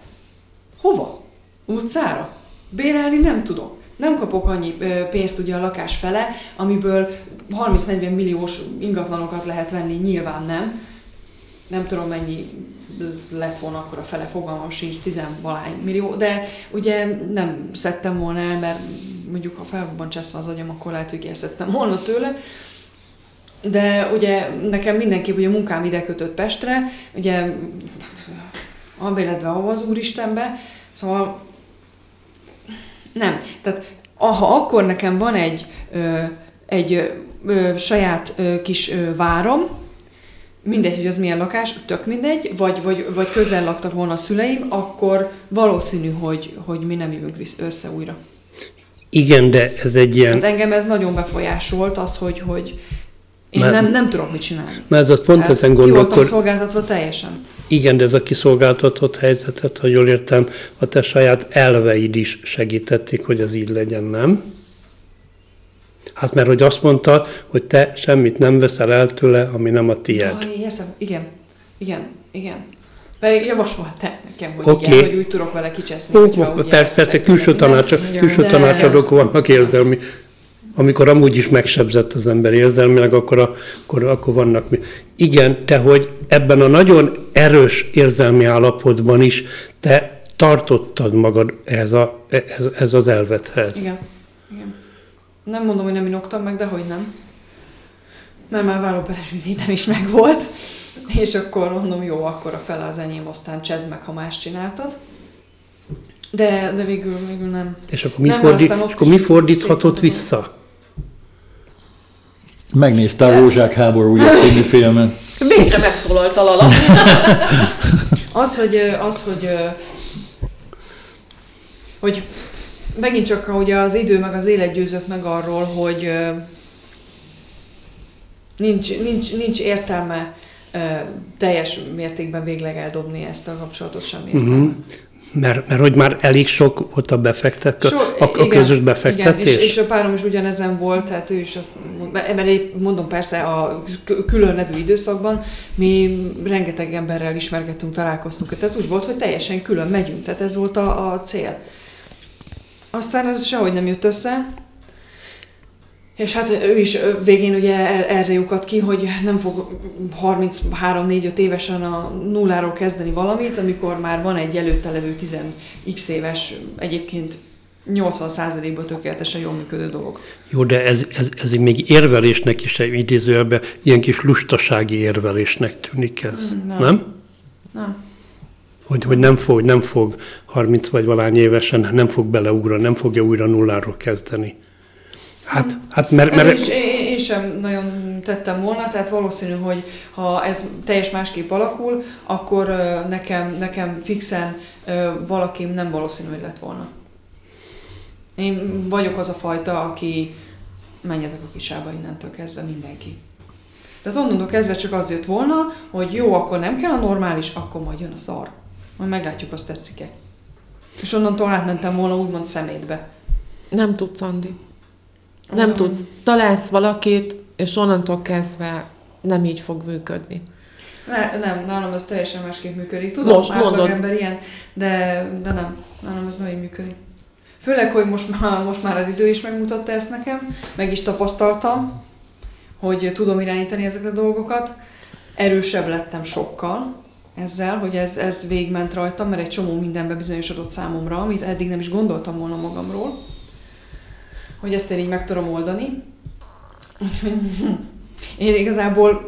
Utcára? Bérelni nem tudok. Nem kapok annyi pénzt ugye a lakás fele, amiből 30-40 milliós ingatlanokat lehet venni, nyilván nem. Nem tudom mennyi lett volna akkor a fele, fogalmam sincs, 10-valány millió, de ugye nem szedtem volna el, mert mondjuk ha fel van cseszve az agyam, akkor lehet, hogy elszedtem volna tőle. De ugye nekem mindenképp ugye a munkám ide kötött Pestre, ugye albéletve ahova az Úristenbe, szóval nem. Tehát ha akkor nekem van egy saját kis várom, mindegy, hogy az milyen lakás, tök mindegy, vagy közel laktak volna a szüleim, akkor valószínű, hogy mi nem jövünk össze újra. Igen, de ez egy ilyen... Hát engem ez nagyon befolyásolt az, hogy én nem tudok mit csinálni. Na ez az pont ezen ki voltam szolgáltatva teljesen. Igen, de ez a kiszolgáltatott helyzetet, ha jól értem, a te saját elveid is segítették, hogy ez így legyen, nem? Hát mert hogy azt mondta, hogy te semmit nem veszel el tőle, ami nem a tiéd. Értem, igen. Pedig javasoltál nekem, hogy igen, hogy úgy tudok vele kicseszni. Persze, külső tanácsadók vannak érzelmi. Amikor amúgy is megsebzett az ember érzelmileg, akkor vannak mi. Igen, de hogy ebben a nagyon erős érzelmi állapotban is te tartottad magad ez az elvethez. Igen. Nem mondom, hogy nem inoktam meg, de hogy nem. Mert már vállóperes ügyvédem is megvolt, és akkor mondom, jó, akkor a fele az enyém, aztán csezd meg, ha más csináltad. De végül nem. És akkor mi fordíthatott vissza? Megnézte a Rózsák háborúja című filmet. Végre megszólalt a Lala. hogy megint csak ugye az idő meg az élet győzött meg arról, hogy nincs értelme teljes mértékben végleg eldobni ezt a kapcsolatot, semmi értelme. Mert hogy már elég sok volt a befektetés, a közös befektetés. Igen, és a párom is ugyanezen volt, tehát ő is azt mert mondom persze a külön levő időszakban mi rengeteg emberrel ismergettünk, találkoztunk, tehát úgy volt, hogy teljesen külön megyünk, tehát ez volt a cél. Aztán ez sehogy nem jött össze, és hát ő is végén ugye erre lyukadt ki, hogy nem fog 33-4-5 évesen a nulláról kezdeni valamit, amikor már van egy előtte levő 10x éves, egyébként 80%-ban tökéletesen jól működő dolog. Jó, de ez még érvelésnek is egy idézőjelben, ilyen kis lustasági érvelésnek tűnik ez, nem? Nem. Hogy nem fog 30 vagy valány évesen, nem fog beleugrani, nem fogja újra nulláról kezdeni. Hát mert... Én sem nagyon tettem volna, tehát valószínű, hogy ha ez teljes másképp alakul, akkor nekem fixen valakim nem valószínű, hogy lett volna. Én vagyok az a fajta, aki menjetek a kisába innentől kezdve mindenki. Tehát onnantól kezdve csak az jött volna, hogy jó, akkor nem kell a normális, akkor majd jön a szar. Majd meglátjuk, azt tetszik-e. És onnantól átmentem volna úgymond szemétbe. Nem tudsz, Andi. Nem tudsz. Találsz valakit, és onnantól kezdve nem így fog működni. Nem, nálam ez teljesen másképp működik. Tudom, átlag ember ilyen, de nem. Nálam ez nem így működik. Főleg, hogy most már az idő is megmutatta ezt nekem, meg is tapasztaltam, hogy tudom irányítani ezeket a dolgokat. erősebb lettem sokkal ezzel, hogy ez végigment rajtam, mert egy csomó mindenbe bizonyosodott számomra, amit eddig nem is gondoltam volna magamról, hogy ezt én így meg tudom oldani. Úgyhogy én igazából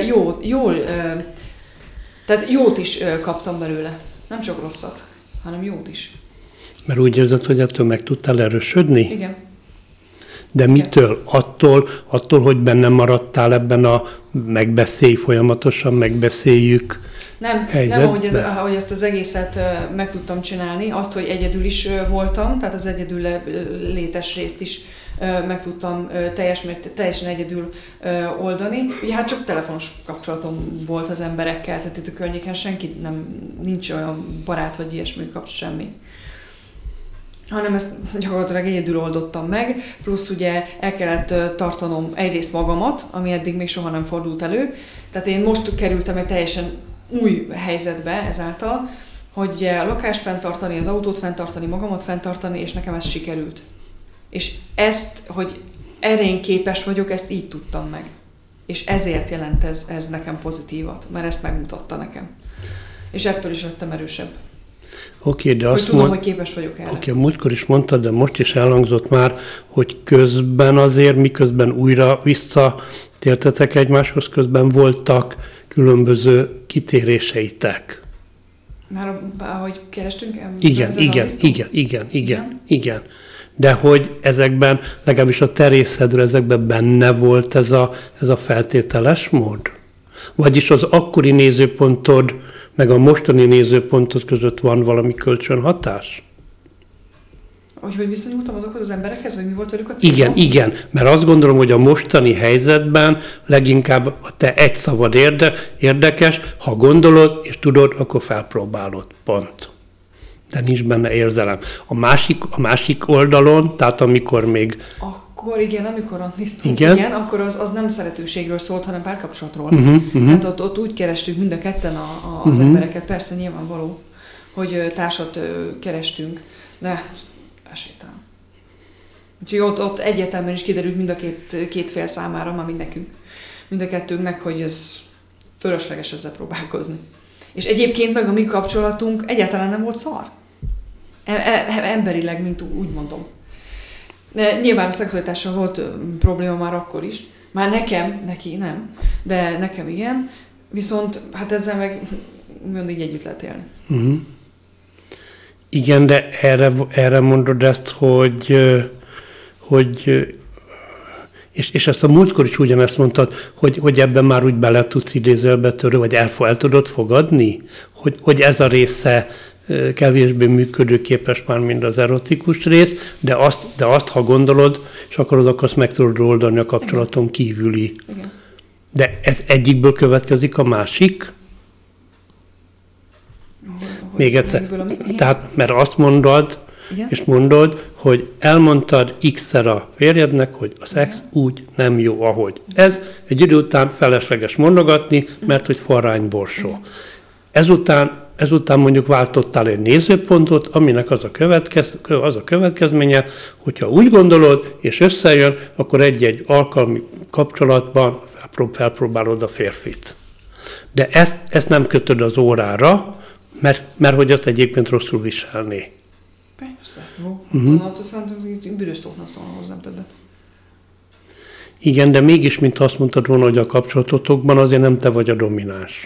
tehát jót is kaptam belőle. Nem csak rosszat, hanem jót is. Mert úgy érzed, hogy ettől meg tudtál erősödni? Igen. De mitől? Attól, hogy benne maradtál ebben a folyamatosan megbeszéljük helyzetben? Nem, ahogy ezt az egészet meg tudtam csinálni, azt, hogy egyedül is voltam, tehát az egyedül létes részt is meg tudtam teljesen egyedül oldani. Ugye hát csak telefonos kapcsolatom volt az emberekkel, tehát itt a környéken nincs olyan barát vagy ilyesmi semmi. Hanem ezt gyakorlatilag egyedül oldottam meg, plusz ugye el kellett tartanom egyrészt magamat, ami eddig még soha nem fordult elő. Tehát én most kerültem egy teljesen új helyzetbe ezáltal, hogy a lakást fenntartani, az autót fenntartani, magamat fenntartani, és nekem ez sikerült. És ezt, hogy erre én képes vagyok, ezt így tudtam meg. És ezért jelent ez nekem pozitívat, mert ezt megmutatta nekem. És ettől is lettem erősebb. Oké, de hogy tudom, hogy képes vagyok erre. Oké, múltkor is mondtad, de most is elhangzott már, hogy közben azért, miközben újra visszatértetek egymáshoz, közben voltak különböző kitéréseitek. Már ahogy kerestünk? Igen. De hogy ezekben, legalábbis a te részedről ezekben benne volt ez a feltételes mód? Vagyis az akkori nézőpontod, meg a mostani nézőpontod között van valami kölcsönhatás? Hogy viszonyultam azokhoz az emberekhez, vagy mi volt velük a célom? Igen, mert azt gondolom, hogy a mostani helyzetben leginkább a te egy szavad érdekes, ha gondolod és tudod, akkor felpróbálod. Pont. De nincs benne érzelem. A másik oldalon, tehát amikor még... Amikor ott néztünk, akkor az nem szeretőségről szólt, hanem párkapcsolatról. Tehát ott úgy kerestünk mind a ketten az embereket, persze nyilvánvaló, hogy társat kerestünk, de esélytelen. Úgyhogy ott egyértelműen is kiderült mind a két fél számára, már nekünk, mind a kettőnknek, hogy ez fölösleges ezzel próbálkozni. És egyébként meg a mi kapcsolatunk egyáltalán nem volt szar. Emberileg, mint úgy mondom. De nyilván a szexualitással volt probléma már akkor is. Már neki nem, de nekem igen. Viszont hát ezzel meg mindig együtt lehet élni. Uh-huh. Igen, de erre mondod ezt, hogy és ezt a múltkor is ugyanezt mondtad, hogy ebben már úgy bele tudsz idézőjelbe törő, vagy el tudod fogadni, hogy ez a része kevésbé működőképes már, mint az erotikus rész, de azt, ha gondolod, és akarod meg tudod oldani a kapcsolaton kívüli. Igen. De ez egyikből következik a másik? Még egyszer. Tehát, mert azt mondod, igen? És mondod, hogy elmondtad x-szer a férjednek, hogy a szex úgy nem jó, ahogy. Ez egy idő után felesleges mondogatni, mert hogy forrányborsó. Ezután mondjuk váltottál egy nézőpontot, aminek az a következménye, hogyha úgy gondolod, és összejön, akkor egy-egy alkalmi kapcsolatban felpróbálod a férfit. De ezt nem kötöd az órára, mert hogy azt egyébként rosszul viselné. Persze, jó. Szerintem bűnös szóknak szólna hozzám többet. Igen, de mégis, mint azt mondtad volna, hogy a kapcsolatotokban azért nem te vagy a domináns.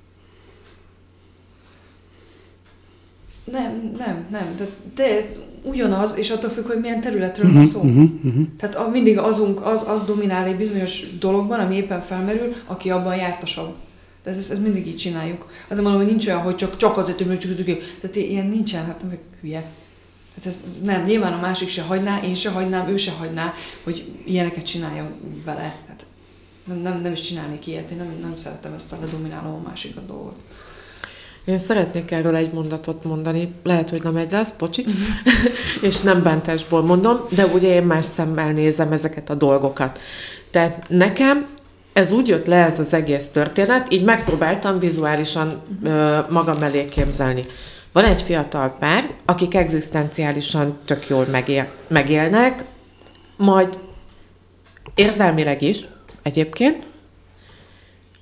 Nem. De ugyanaz, és attól függ, hogy milyen területről van szó. Tehát mindig az dominál egy bizonyos dologban, ami éppen felmerül, aki abban jártasabb. Tehát ezt mindig így csináljuk. Azért mondom, hogy nincs olyan, hogy csak azért, hogy csak az ügyő. Tehát ilyen nincsen, hát nem hülye. Tehát ez nem. Nyilván a másik se hagyná, én se hagynám, ő se hagyná, hogy ilyeneket csináljon vele. Hát nem is csinálnék ilyet. Én nem szeretem ezt a ledominálom a másikat dolgot. Én szeretnék erről egy mondatot mondani, lehet, hogy nem egy lesz, bocsi, és nem bántásból mondom, de ugye én más szemmel nézem ezeket a dolgokat. Tehát nekem ez úgy jött le, ez az egész történet, így megpróbáltam vizuálisan magam elé képzelni. Van egy fiatal pár, akik egzisztenciálisan tök jól megélnek, majd érzelmileg is egyébként,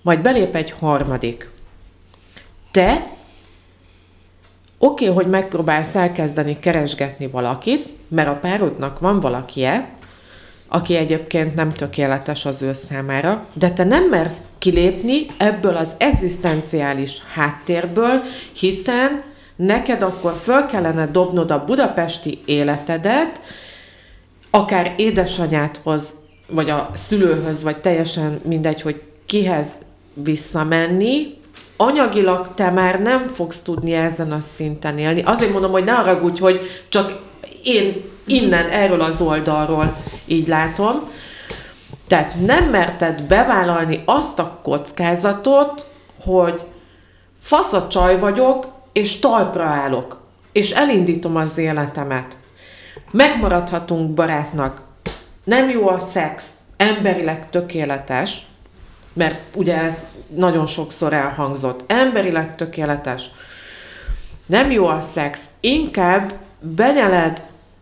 majd belép egy harmadik. Te oké, hogy megpróbálsz elkezdeni keresgetni valakit, mert a párodnak van valakije, aki egyébként nem tökéletes az ő számára, de te nem mersz kilépni ebből az egzisztenciális háttérből, hiszen neked akkor föl kellene dobnod a budapesti életedet, akár édesanyádhoz, vagy a szülőhöz, vagy teljesen mindegy, hogy kihez visszamenni, anyagilag te már nem fogsz tudni ezen a szinten élni. Azért mondom, hogy ne haragudj, hogy csak én innen, erről az oldalról így látom. Tehát nem merted bevállalni azt a kockázatot, hogy fasz a csaj vagyok, és talpra állok, és elindítom az életemet. Megmaradhatunk barátnak. Nem jó a szex, emberileg tökéletes, mert ugye ez nagyon sokszor elhangzott. Emberileg tökéletes. Nem jó a szex. Inkább benyeled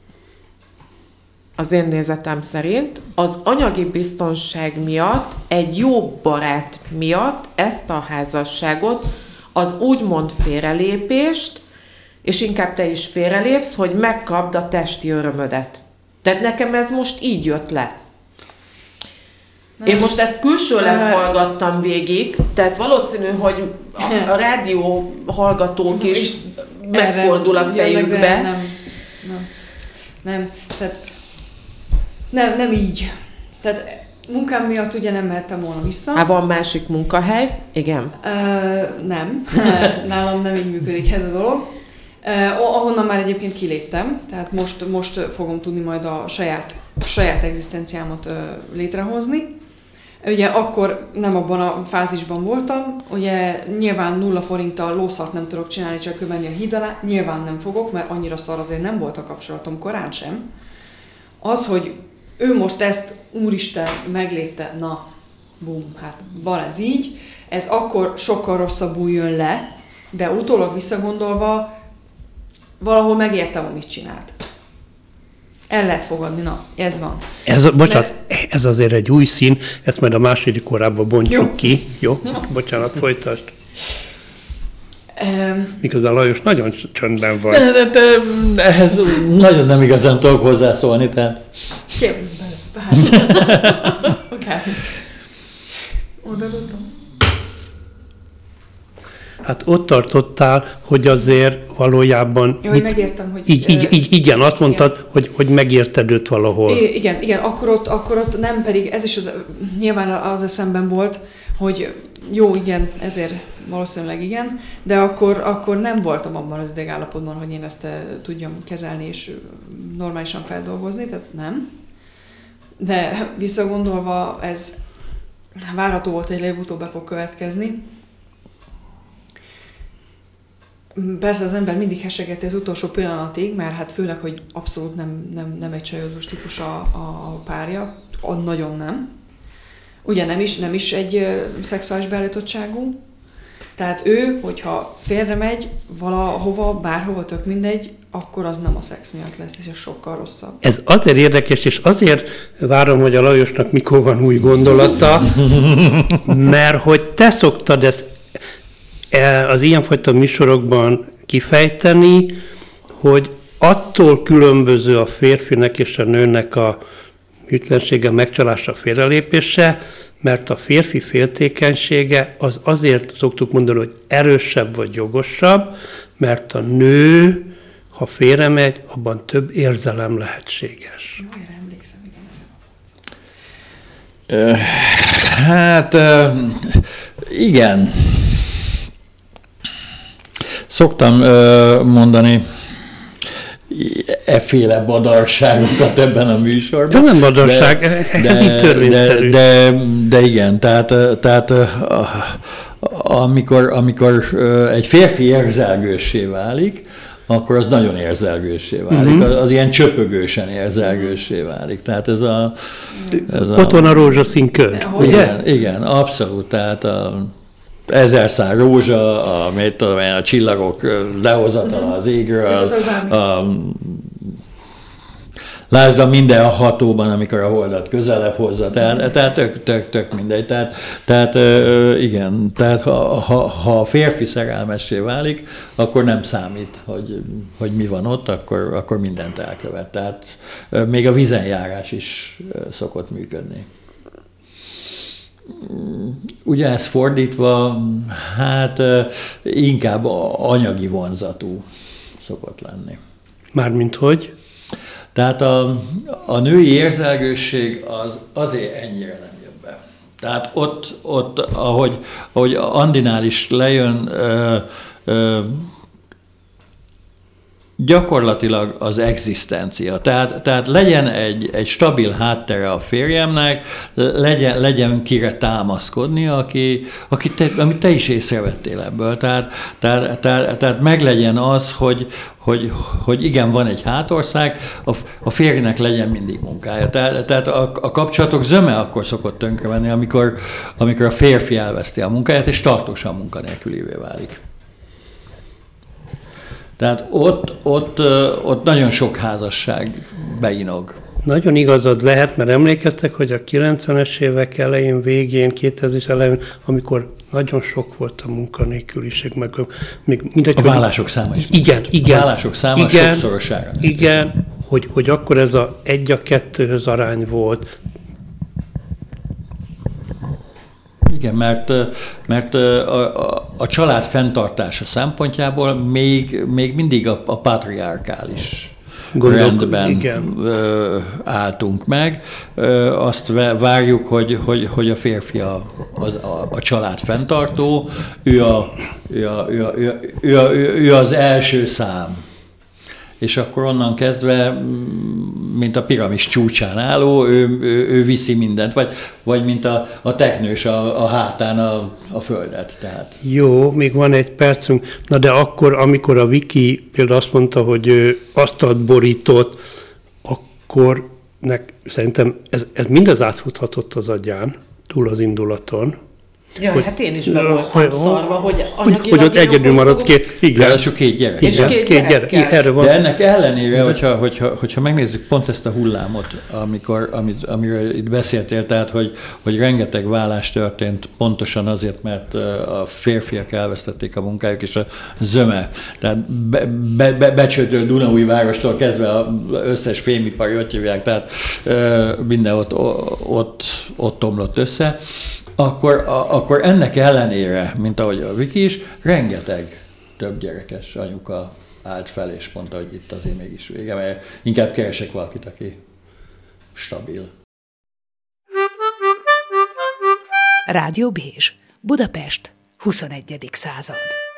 az én nézetem szerint az anyagi biztonság miatt, egy jó barát miatt ezt a házasságot, az úgymond félrelépést, és inkább te is félrelépsz, hogy megkapd a testi örömödet. Tehát nekem ez most így jött le. Én most ezt külsőleg hallgattam végig, tehát valószínű, hogy a rádió hallgatók is megfordul a fejükbe. Nem. Tehát nem így. Tehát munkám miatt ugye nem mehettem volna vissza. Van másik munkahely? Igen. Nem. Nálam nem így működik ez a dolog. Ahonnan már egyébként kiléptem, tehát most fogom tudni majd a saját egzisztenciámat létrehozni. Ugye akkor nem abban a fázisban voltam, ugye nyilván 0 forinttal lószart nem tudok csinálni, csak menni a híd alá, nyilván nem fogok, mert annyira szar azért nem volt a kapcsolatom, korán sem. Az, hogy ő most ezt, úristen, meglépte, na, bum, hát van ez így, ez akkor sokkal rosszabbul jön le, de utólag visszagondolva valahol megértem, amit csinált. El lehet fogadni, na, ez van. Ez azért egy új szín, ezt majd a második órában bontsuk ki. Jó? Bocsánat, folytasd. Miközben Lajos nagyon csöndben van. De ehhez nagyon nem igazán tudok hozzászólni, tehát... Kérdezz bele. Oké. Odaadom. Hát ott tartottál, hogy azért valójában... Jó, hogy megértem, hogy... Igen, azt mondtad, hogy megérted őt valahol. Igen, akkor ott nem pedig, ez is nyilván az eszemben volt, hogy jó, igen, ezért valószínűleg igen, de akkor nem voltam abban az idegállapotban, hogy én ezt tudjam kezelni és normálisan feldolgozni, tehát nem. De visszagondolva ez várható volt, hogy előbb-utóbb be fog következni. Persze az ember mindig hessegeti az utolsó pillanatig, mert hát főleg, hogy abszolút nem egy csajózós típus a párja, nagyon nem. Ugye nem is egy szexuális beállítottságú. Tehát ő, hogyha félremegy valahova, bárhova, tök mindegy, akkor az nem a szex miatt lesz, és ez sokkal rosszabb. Ez azért érdekes, és azért várom, hogy a Lajosnak mikor van új gondolata, mert hogy te szoktad ezt az ilyenfajta műsorokban kifejteni, hogy attól különböző a férfinek és a nőnek a hűtlensége, megcsalása, félrelépése, mert a férfi féltékenysége az azért szoktuk mondani, hogy erősebb vagy jogosabb, mert a nő, ha félremegy, abban több érzelem lehetséges. Jó, erre emlékszem, igen. Hát, igen. Szoktam mondani efféle badarságokat ebben a műsorban. De nem badarság, ez így törvényszerű. De igen, tehát amikor egy férfi érzelgőssé válik, akkor az nagyon érzelgőssé válik. Az ilyen csöpögősen érzelgőssé válik. Tehát ez a... Ott van a rózsaszín köd, ugye? Igen, abszolút. Tehát a 1000 szál rózsa, a csillagok lehozatala az égről, Lásd a Mindenhatóban, amikor a holdat közelebb hozza, tehát tök mindegy. Tehát igen, tehát ha a férfi szerelmessé válik, akkor nem számít, hogy mi van ott, akkor mindent elkövet. Tehát még a vízenjárás is szokott működni. Ugye ez fordítva, hát inkább anyagi vonzatú szokott lenni. Mármint hogy? Tehát a női érzelgősség az azért ennyire nem jön be. Tehát ott ahogy Andinál is lejön, gyakorlatilag az egzisztencia. Tehát legyen egy stabil háttere a férjemnek, legyen kire támaszkodni, amit te is észrevettél ebből. Tehát meglegyen az, hogy igen, van egy hátország, a férjnek legyen mindig munkája. Tehát a kapcsolatok zöme akkor szokott tönkre menni, amikor a férfi elveszti a munkáját, és tartósan munkanélkülévé válik. Tehát ott nagyon sok házasság beinog. Nagyon igazad lehet, mert emlékeztek, hogy a 90-es évek elején, végén, 2000-es elején, amikor nagyon sok volt a munkanélküliség, meg még mindegy, a vállások száma is. Igen. A vállások száma sokszorosára. Igen, hogy akkor ez a 1-2-höz arány volt. Igen, mert a család fenntartása szempontjából még mindig a patriarkális rendben álltunk meg. Azt várjuk, hogy a férfi a család fenntartó, ő az első szám. És akkor onnan kezdve, mint a piramis csúcsán álló, ő viszi mindent, vagy mint a teknős a hátán a földet. Tehát. Jó, még van egy percünk. Na de akkor, amikor a Viki például azt mondta, hogy ő asztalt borított, akkor szerintem ez mindez átfuthatott az agyán, túl az indulaton. Ja, hát én is be voltam szarva, hogy anyagilag... Hogy ott egyedül maradt két, igen. Ráadásul 2 gyerek. És két gyerek. Erre van. De ennek ellenére, hogyha megnézzük pont ezt a hullámot, amiről itt beszéltél, tehát, hogy rengeteg vállás történt pontosan azért, mert a férfiak elvesztették a munkájuk, és a zöme, tehát Becsőtől Dunaújvárostól kezdve az összes fémipari, ott hívják, tehát minden ott omlott össze. Akkor ennek ellenére, mint ahogy a Viki is, rengeteg több gyerekes anyuka állt fel, és mondta, hogy itt azért mégis vége, mert inkább keresek valakit, aki stabil. Rádió Bézs, Budapest, 21. század.